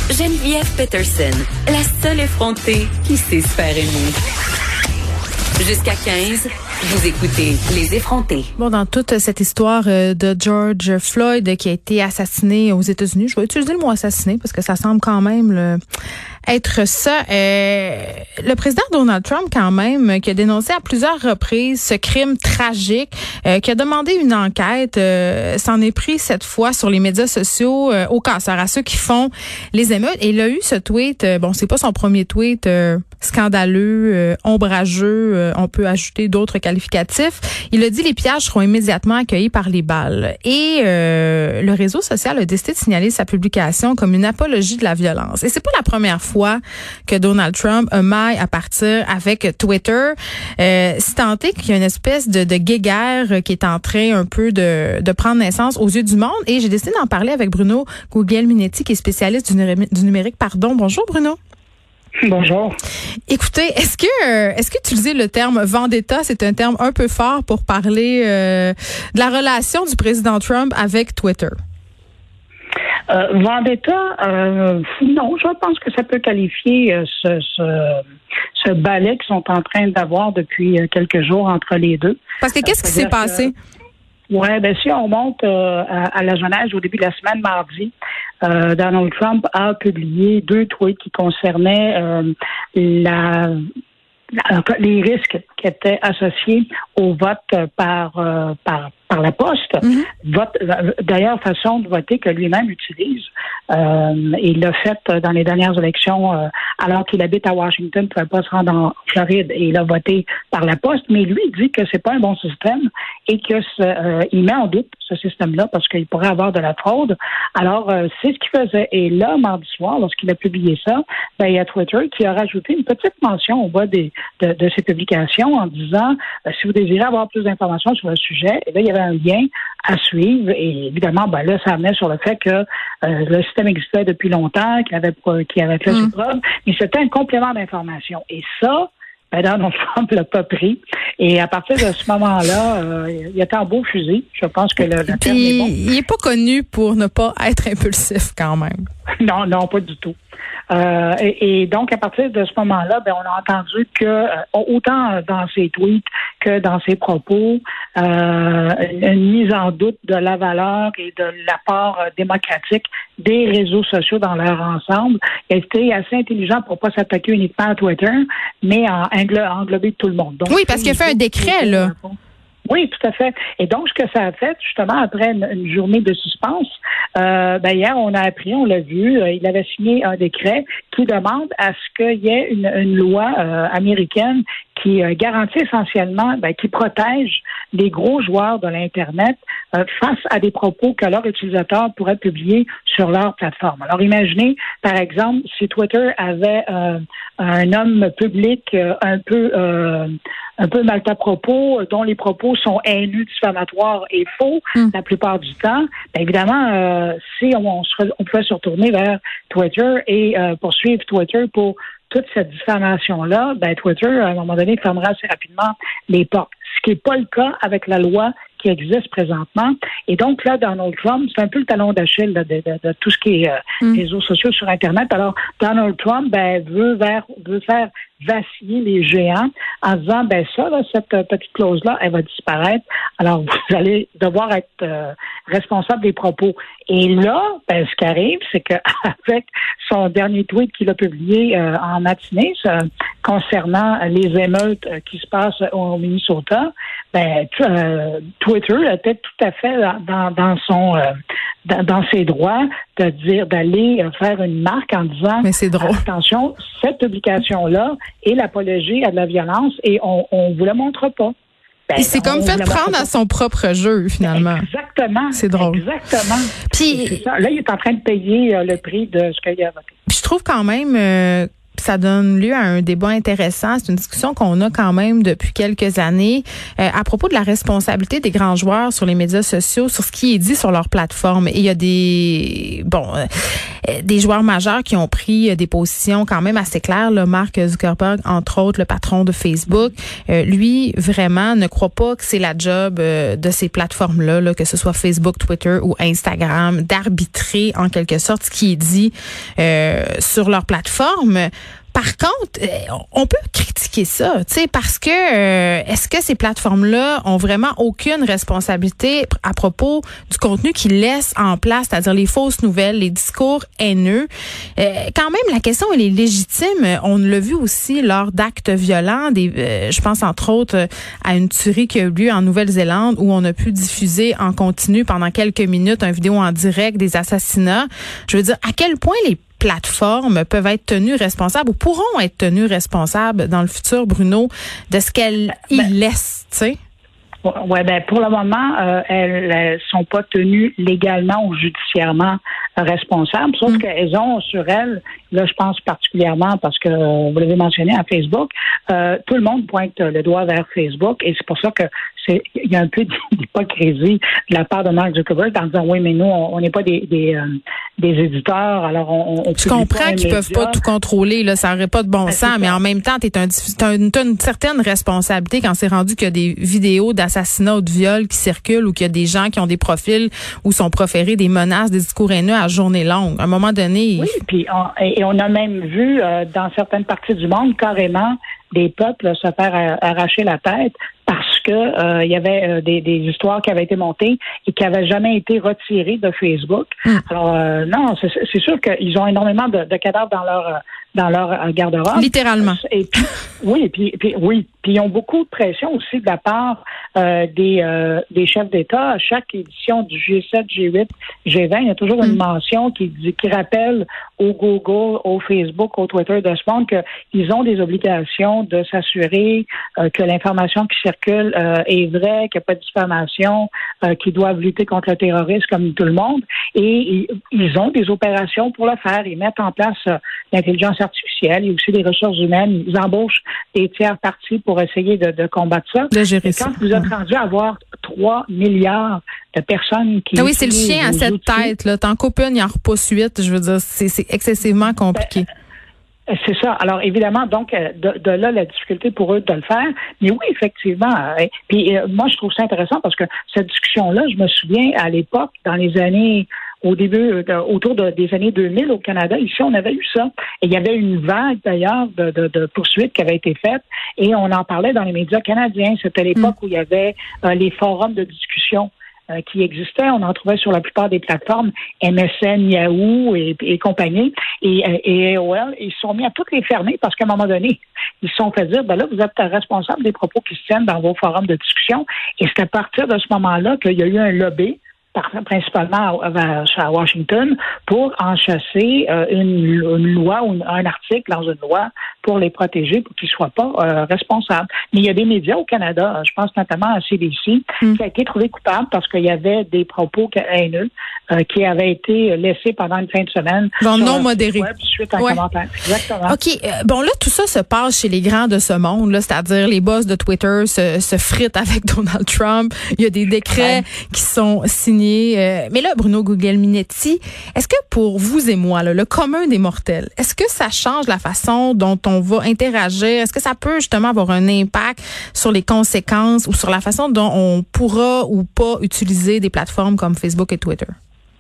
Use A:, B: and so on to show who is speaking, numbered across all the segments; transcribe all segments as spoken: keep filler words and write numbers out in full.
A: Geneviève Peterson, la seule effrontée qui sait se faire aimer. Jusqu'à quinze, vous écoutez Les Effrontés.
B: Bon, dans toute cette histoire de George Floyd qui a été assassiné aux États-Unis, je vais utiliser le mot assassiné parce que ça semble quand même le, être ça. Euh, le président Donald Trump, quand même, qui a dénoncé à plusieurs reprises ce crime tragique, euh, qui a demandé une enquête, euh, s'en est pris cette fois sur les médias sociaux euh, aux casseurs, à ceux qui font les émeutes. Et il a eu ce tweet, euh, bon, c'est pas son premier tweet euh, scandaleux, euh, ombrageux, euh, on peut ajouter d'autres qualificatifs. Il a dit les pillages seront immédiatement accueillis par les balles. Et euh, le réseau social a décidé de signaler sa publication comme une apologie de la violence. Et c'est pas la première fois que Donald Trump a maille à partir avec Twitter. Euh, c'est tenté qu'il y a une espèce de, de guéguerre qui est en train un peu de, de prendre naissance aux yeux du monde. Et j'ai décidé d'en parler avec Bruno Guglielminetti, qui est spécialiste du, numé- du numérique. Pardon. Bonjour, Bruno.
C: Bonjour.
B: Écoutez, est-ce que euh, est-ce que utiliser le terme vendetta, c'est un terme un peu fort pour parler euh, de la relation du président Trump avec Twitter?
C: Euh, vendetta, euh, non, je pense que ça peut qualifier euh, ce, ce, ce balai qu'ils sont en train d'avoir depuis euh, quelques jours entre les deux.
B: Parce que qu'est-ce qui s'est passé?
C: Oui, ben si on monte euh, à, à la genèse au début de la semaine, mardi, euh, Donald Trump a publié deux tweets qui concernaient euh, la, la les risques qui étaient associés au vote par euh, par par la poste. Mm-hmm. Vote, d'ailleurs, façon de voter que lui-même utilise. Euh, il l'a fait dans les dernières élections, euh, alors qu'il habite à Washington, il ne pouvait pas se rendre en Floride, et il a voté par la poste. Mais lui, il dit que c'est pas un bon système et que ce, euh, il met en doute ce système-là parce qu'il pourrait avoir de la fraude. Alors, euh, c'est ce qu'il faisait. Et là, mardi soir, lorsqu'il a publié ça, ben, il y a Twitter qui a rajouté une petite mention au bas des, de, de ses publications en disant, euh, si vous désirez avoir plus d'informations sur le sujet, et là, il y avait un lien à suivre. Et évidemment, ben là, ça amenait sur le fait que euh, le système existait depuis longtemps, qu'il avait, qu'il avait fait mmh. ses preuves, mais c'était un complément d'information. Et ça, ben, Donald Trump l'a pas pris. Et à partir de ce moment-là, euh, il était en beau fusil. Je pense que le, le terme est bon.
B: Il n'est pas connu pour ne pas être impulsif quand même.
C: Non, non, pas du tout. Euh, et, et donc, à partir de ce moment-là, ben, on a entendu que, euh, autant dans ses tweets que dans ses propos, euh, une mise en doute de la valeur et de l'apport euh, démocratique des réseaux sociaux dans leur ensemble. Il a été assez intelligent pour pas s'attaquer uniquement à Twitter, mais à englo- englober tout le monde. Donc,
B: oui, parce qu'il a fait un décret, là.
C: Oui, tout à fait. Et donc, ce que ça a fait, justement, après une, une journée de suspense, euh, ben hier, on a appris, on l'a vu, euh, il avait signé un décret qui demande à ce qu'il y ait une, une loi euh, américaine qui euh, garantit essentiellement, ben, qui protège les gros joueurs de l'Internet euh, face à des propos que leurs utilisateurs pourraient publier sur leur plateforme. Alors, imaginez, par exemple, si Twitter avait euh, un homme public euh, un peu euh, un peu mal à propos, dont les propos sont haineux, diffamatoires et faux mm. la plupart du temps, bien évidemment, euh, si on, on, se, on pouvait se retourner vers Twitter et euh, poursuivre Twitter pour toute cette diffamation-là, ben Twitter, à un moment donné, fermera assez rapidement les portes. Ce qui n'est pas le cas avec la loi qui existe présentement. Et donc là, Donald Trump, c'est un peu le talon d'Achille là, de, de, de tout ce qui est euh, mm. réseaux sociaux sur Internet. Alors, Donald Trump ben, veut, vers, veut faire vaciller les géants en disant, ben ça, là, cette euh, petite clause-là, elle va disparaître. Alors, vous allez devoir être euh, responsable des propos. Et là, ben, ce qui arrive, c'est qu'avec son dernier tweet qu'il a publié euh, en matinée ça, concernant les émeutes euh, qui se passent au Minnesota, ben, euh, Twitter était tout à fait dans, dans son euh, dans, dans ses droits de dire d'aller faire une marque en disant
B: mais c'est drôle.
C: Attention, cette publication-là est l'apologie à de la violence et on on vous la montre pas.
B: Ben, et c'est comme fait prendre à son propre jeu, finalement.
C: Exactement.
B: C'est drôle.
C: Exactement.
B: Puis,
C: c'est ça. Là, il est en train de payer euh, le prix de ce qu'il a voté.
B: Je trouve quand même euh, ça donne lieu à un débat intéressant. C'est une discussion qu'on a quand même depuis quelques années euh, à propos de la responsabilité des grands joueurs sur les médias sociaux, sur ce qui est dit sur leur plateforme. Et il y a des... Bon... Euh, euh, des joueurs majeurs qui ont pris euh, des positions quand même assez claires. Là, Mark Zuckerberg, entre autres, le patron de Facebook, euh, lui, vraiment, ne croit pas que c'est la job euh, de ces plateformes-là, là, que ce soit Facebook, Twitter ou Instagram, d'arbitrer en quelque sorte ce qui est dit euh, sur leur plateforme. Par contre, on peut critiquer ça, tu sais, parce que euh, est-ce que ces plateformes-là ont vraiment aucune responsabilité à propos du contenu qu'ils laissent en place, c'est-à-dire les fausses nouvelles, les discours haineux? Euh, quand même, la question, elle est légitime. On l'a vu aussi lors d'actes violents, des, euh, je pense entre autres à une tuerie qui a eu lieu en Nouvelle-Zélande où on a pu diffuser en continu pendant quelques minutes une vidéo en direct des assassinats. Je veux dire, à quel point les plateformes peuvent être tenues responsables ou pourront être tenues responsables dans le futur, Bruno, de ce qu'elles y
C: ben,
B: laissent, tu sais?
C: Oui, ben pour le moment, euh, elles, elles sont pas tenues légalement ou judiciairement euh, responsables, sauf mmh. qu'elles ont sur elles, là je pense particulièrement parce que euh, vous l'avez mentionné à Facebook, euh, tout le monde pointe le doigt vers Facebook et c'est pour ça que c'est il y a un peu d'hypocrisie de la part de Mark Zuckerberg en disant oui mais nous on n'est pas des des, euh, des éditeurs alors on, on
B: je comprends qu'ils peuvent pas tout contrôler là, ça aurait pas de bon ben, sens, mais en même temps t'es un t'as une, t'as une certaine responsabilité quand c'est rendu qu'il y a des vidéos d'assassinat ou de viol qui circulent ou qu'il y a des gens qui ont des profils où sont proférés des menaces, des discours haineux à journée longue. À un moment donné,
C: oui, puis on, et on a même vu euh, dans certaines parties du monde carrément des peuples se faire arracher la tête parce que euh, il y avait euh, des, des histoires qui avaient été montées et qui n'avaient jamais été retirées de Facebook. Mm. Alors euh, non, c'est, c'est sûr qu'ils ont énormément de, de cadavres dans leur dans leur garde-robe.
B: Littéralement.
C: Et puis, oui, et puis, puis oui, puis ils ont beaucoup de pression aussi de la part euh, des euh, des chefs d'État. À chaque édition du G sept, G huit, G vingt, il y a toujours mm. une mention qui dit qui rappelle au Google, au Facebook, au Twitter de ce monde qu'ils ont des obligations de s'assurer euh, que l'information qui circule euh, est vraie, qu'il n'y a pas de diffamation, euh, qu'ils doivent lutter contre le terrorisme comme tout le monde. Et ils ont des opérations pour le faire. Ils mettent en place euh, l'intelligence artificielle et aussi des ressources humaines. Ils embauchent des tiers parties pour essayer de, de combattre ça.
B: De gérer
C: et
B: ça.
C: quand vous êtes rendu à avoir trois milliards de personnes qui...
B: Ah oui, c'est le chien à sept têtes. Là. T'en coupes une, il en repousse huit. Je veux dire, c'est, c'est excessivement compliqué.
C: Ben, C'est ça. Alors, évidemment, donc, de, de là, la difficulté pour eux de le faire. Mais oui, effectivement. Euh, puis, euh, moi, je trouve ça intéressant parce que cette discussion-là, je me souviens, à l'époque, dans les années, au début, euh, autour de, des années deux mille au Canada, ici, on avait eu ça. Et il y avait une vague, d'ailleurs, de, de, de poursuites qui avait été faite. Et on en parlait dans les médias canadiens. C'était l'époque mmh. où il y avait euh, les forums de discussion euh, qui existaient. On en trouvait sur la plupart des plateformes, M S N, Yahoo et, et compagnie, et, et A O L. Ils se sont mis à toutes les fermer parce qu'à un moment donné, ils se sont fait dire, ben là, vous êtes responsable des propos qui se tiennent dans vos forums de discussion. Et c'est à partir de ce moment-là qu'il y a eu un lobby, principalement à, à Washington, pour en chasser euh, une, une loi ou une, un article dans une loi pour les protéger, pour qu'ils ne soient pas euh, responsables. Mais il y a des médias au Canada, je pense notamment à C B C, mm. qui a été trouvé coupable parce qu'il y avait des propos haineux euh, qui avaient été laissés pendant une fin de semaine.
B: Genre non modéré.
C: Web, suite à un
B: ouais.
C: commentaire. Exactement.
B: OK. Euh, bon, là, tout ça se passe chez les grands de ce monde, là, c'est-à-dire les boss de Twitter se, se fritent avec Donald Trump. Il y a des décrets ouais. qui sont signés. Euh, mais là, Bruno Guglielminetti, est-ce que pour vous et moi, là, le commun des mortels, est-ce que ça change la façon dont on va interagir? Est-ce que ça peut justement avoir un impact sur les conséquences ou sur la façon dont on pourra ou pas utiliser des plateformes comme Facebook et Twitter?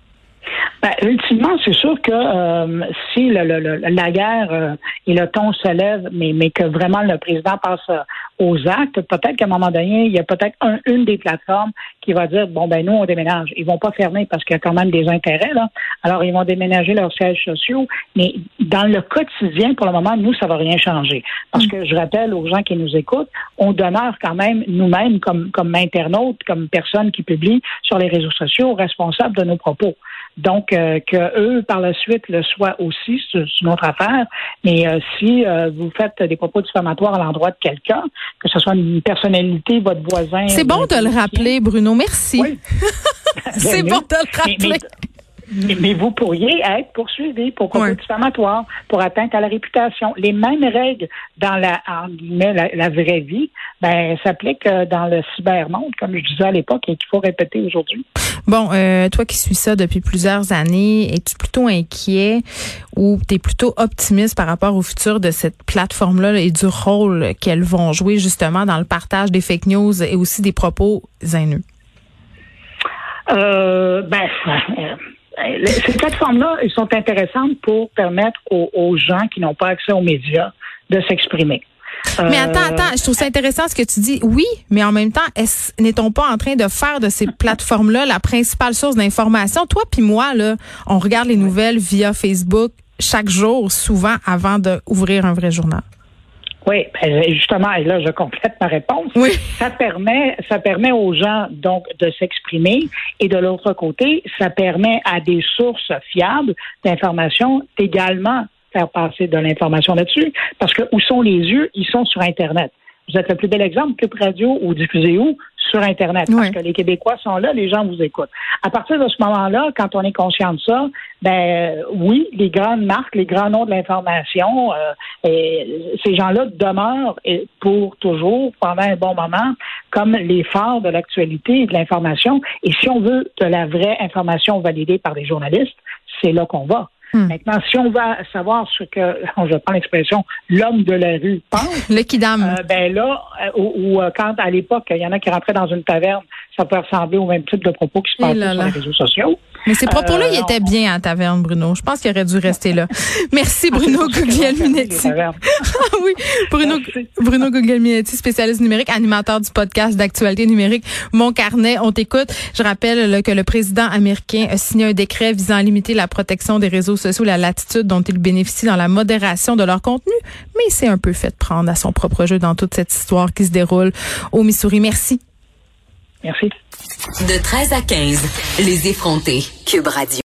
C: Ben, ultimement, c'est sûr que euh, si le, le, le, la guerre euh, et le ton se lève, mais, mais que vraiment le président passe euh, aux actes, peut-être qu'à un moment donné, il y a peut-être un, une des plateformes qui va dire, bon, ben nous, on déménage. Ils vont pas fermer parce qu'il y a quand même des intérêts, là. Alors, ils vont déménager leurs sièges sociaux. Mais dans le quotidien, pour le moment, nous, ça va rien changer. Parce que je rappelle aux gens qui nous écoutent, on demeure quand même nous-mêmes, comme, comme internautes, comme personnes qui publient sur les réseaux sociaux, responsables de nos propos. Donc, euh, que eux, par la suite, le soient aussi, c'est une autre affaire. Mais euh, si euh, vous faites des propos diffamatoires à l'endroit de quelqu'un, que ce soit une personnalité, votre voisin...
B: C'est bon de le rappeler, Bruno. Merci.
C: Oui.
B: C'est bon de le rappeler.
C: Mais, Mais, mais vous pourriez être poursuivi pour propos
B: ouais.
C: diffamatoires, pour atteinte à la réputation. Les mêmes règles dans la, en guillemets, la, la vraie vie, ben, s'appliquent dans le cybermonde, comme je disais à l'époque, et qu'il faut répéter aujourd'hui.
B: Bon, euh, toi qui suis ça depuis plusieurs années, es-tu plutôt inquiet ou t'es plutôt optimiste par rapport au futur de cette plateforme-là là, et du rôle qu'elles vont jouer justement dans le partage des fake news et aussi des propos haineux?
C: Euh, ben, euh, ces plateformes-là, elles sont intéressantes pour permettre aux, aux gens qui n'ont pas accès aux médias de s'exprimer.
B: Mais
C: Euh,
B: attends, attends, je trouve ça intéressant ce que tu dis. Oui, mais en même temps, est-ce, n'est-on pas en train de faire de ces plateformes-là la principale source d'information? Toi puis moi, là, on regarde les nouvelles via Facebook chaque jour, souvent avant d'ouvrir un vrai journal.
C: Oui, ben justement, et là, je complète ma réponse.
B: Oui.
C: Ça permet, ça permet aux gens, donc, de s'exprimer. Et de l'autre côté, ça permet à des sources fiables d'informations également faire passer de l'information là-dessus. Parce que où sont les yeux? Ils sont sur Internet. Vous êtes le plus bel exemple, Cube Radio ou diffusez où? Sur Internet. Parce
B: oui.
C: que les Québécois sont là, les gens vous écoutent. À partir de ce moment-là, quand on est conscient de ça, ben oui, les grandes marques, les grands noms de l'information, euh, et ces gens-là demeurent et pour toujours, pendant un bon moment, comme les phares de l'actualité et de l'information. Et si on veut de la vraie information validée par les journalistes, c'est là qu'on va. Hmm. Maintenant, si on va savoir ce que, je prends l'expression, l'homme de la rue pense,
B: le kidam.
C: Euh, ben là, euh, ou, ou quand à l'époque, il y en a qui rentraient dans une taverne, ça peut ressembler au même type de propos qui se passaient sur les réseaux sociaux.
B: Mais ces propos-là, euh, ils étaient
C: on...
B: bien à la taverne, Bruno. Je pense qu'il aurait dû rester là. Merci, Bruno Guglielminetti. Ah oui, Bruno, Bruno Guglielminetti, spécialiste numérique, animateur du podcast d'actualité numérique Mon Carnet. On t'écoute. Je rappelle là, que le président américain a signé un décret visant à limiter la protection des réseaux sociaux, la latitude dont ils bénéficient dans la modération de leur contenu. Mais il s'est un peu fait prendre à son propre jeu dans toute cette histoire qui se déroule au Missouri. Merci.
C: Merci.
A: De treize à quinze, les effrontés. Cube Radio.